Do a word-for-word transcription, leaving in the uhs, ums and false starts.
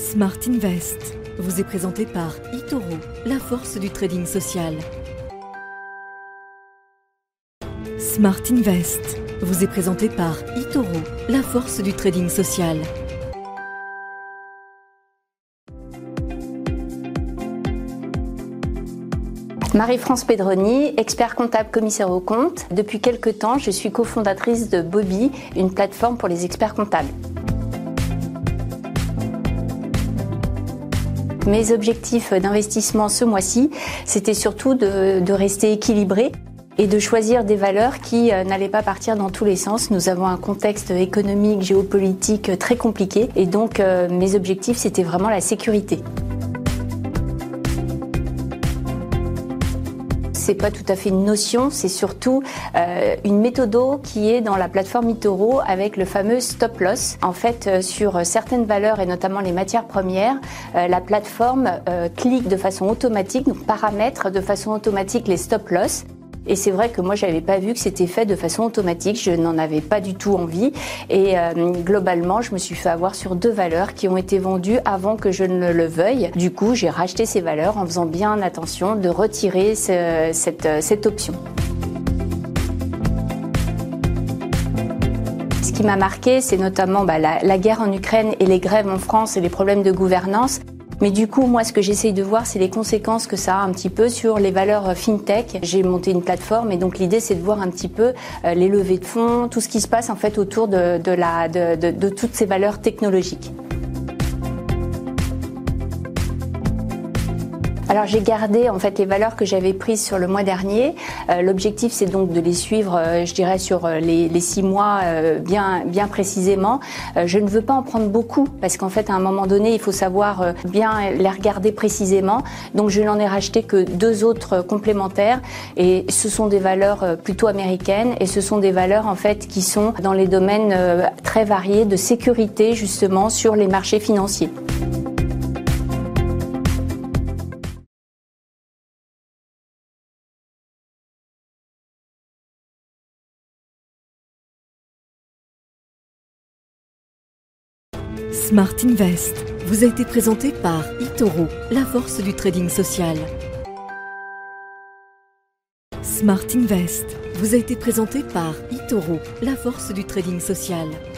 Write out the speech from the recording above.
Smart Invest vous est présenté par eToro, la force du trading social. Smart Invest vous est présenté par eToro, la force du trading social. Marie-France Pedroni, expert comptable commissaire aux comptes. Depuis quelques temps, je suis cofondatrice de Bobby, une plateforme pour les experts comptables. Mes objectifs d'investissement ce mois-ci, c'était surtout de, de rester équilibré et de choisir des valeurs qui euh, n'allaient pas partir dans tous les sens. Nous avons un contexte économique, géopolitique très compliqué et donc euh, mes objectifs, c'était vraiment la sécurité. C'est pas tout à fait une notion, c'est surtout euh, une méthode qui est dans la plateforme eToro avec le fameux stop loss. En fait, euh, sur certaines valeurs et notamment les matières premières, euh, la plateforme euh, clique de façon automatique, donc paramètre de façon automatique les stop loss. Et c'est vrai que moi, je n'avais pas vu que c'était fait de façon automatique. Je n'en avais pas du tout envie. Et euh, globalement, je me suis fait avoir sur deux valeurs qui ont été vendues avant que je ne le veuille. Du coup, j'ai racheté ces valeurs en faisant bien attention de retirer ce, cette, cette option. Ce qui m'a marqué, c'est notamment bah, la, la guerre en Ukraine et les grèves en France et les problèmes de gouvernance. Mais du coup, moi, ce que j'essaye de voir, c'est les conséquences que ça a un petit peu sur les valeurs fintech. J'ai monté une plateforme et donc l'idée, c'est de voir un petit peu euh, les levées de fonds, tout ce qui se passe en fait autour de, de, la, de, de, de toutes ces valeurs technologiques. Alors j'ai gardé en fait les valeurs que j'avais prises sur le mois dernier. Euh, l'objectif c'est donc de les suivre, euh, je dirais sur les, les six mois euh, bien bien précisément. Euh, je ne veux pas en prendre beaucoup parce qu'en fait à un moment donné il faut savoir euh, bien les regarder précisément. Donc je n'en ai racheté que deux autres complémentaires et ce sont des valeurs euh, plutôt américaines et ce sont des valeurs en fait qui sont dans les domaines euh, très variés de sécurité justement sur les marchés financiers. Smart Invest vous a été présenté par eToro, la force du trading social. Smart Invest vous a été présenté par eToro, la force du trading social.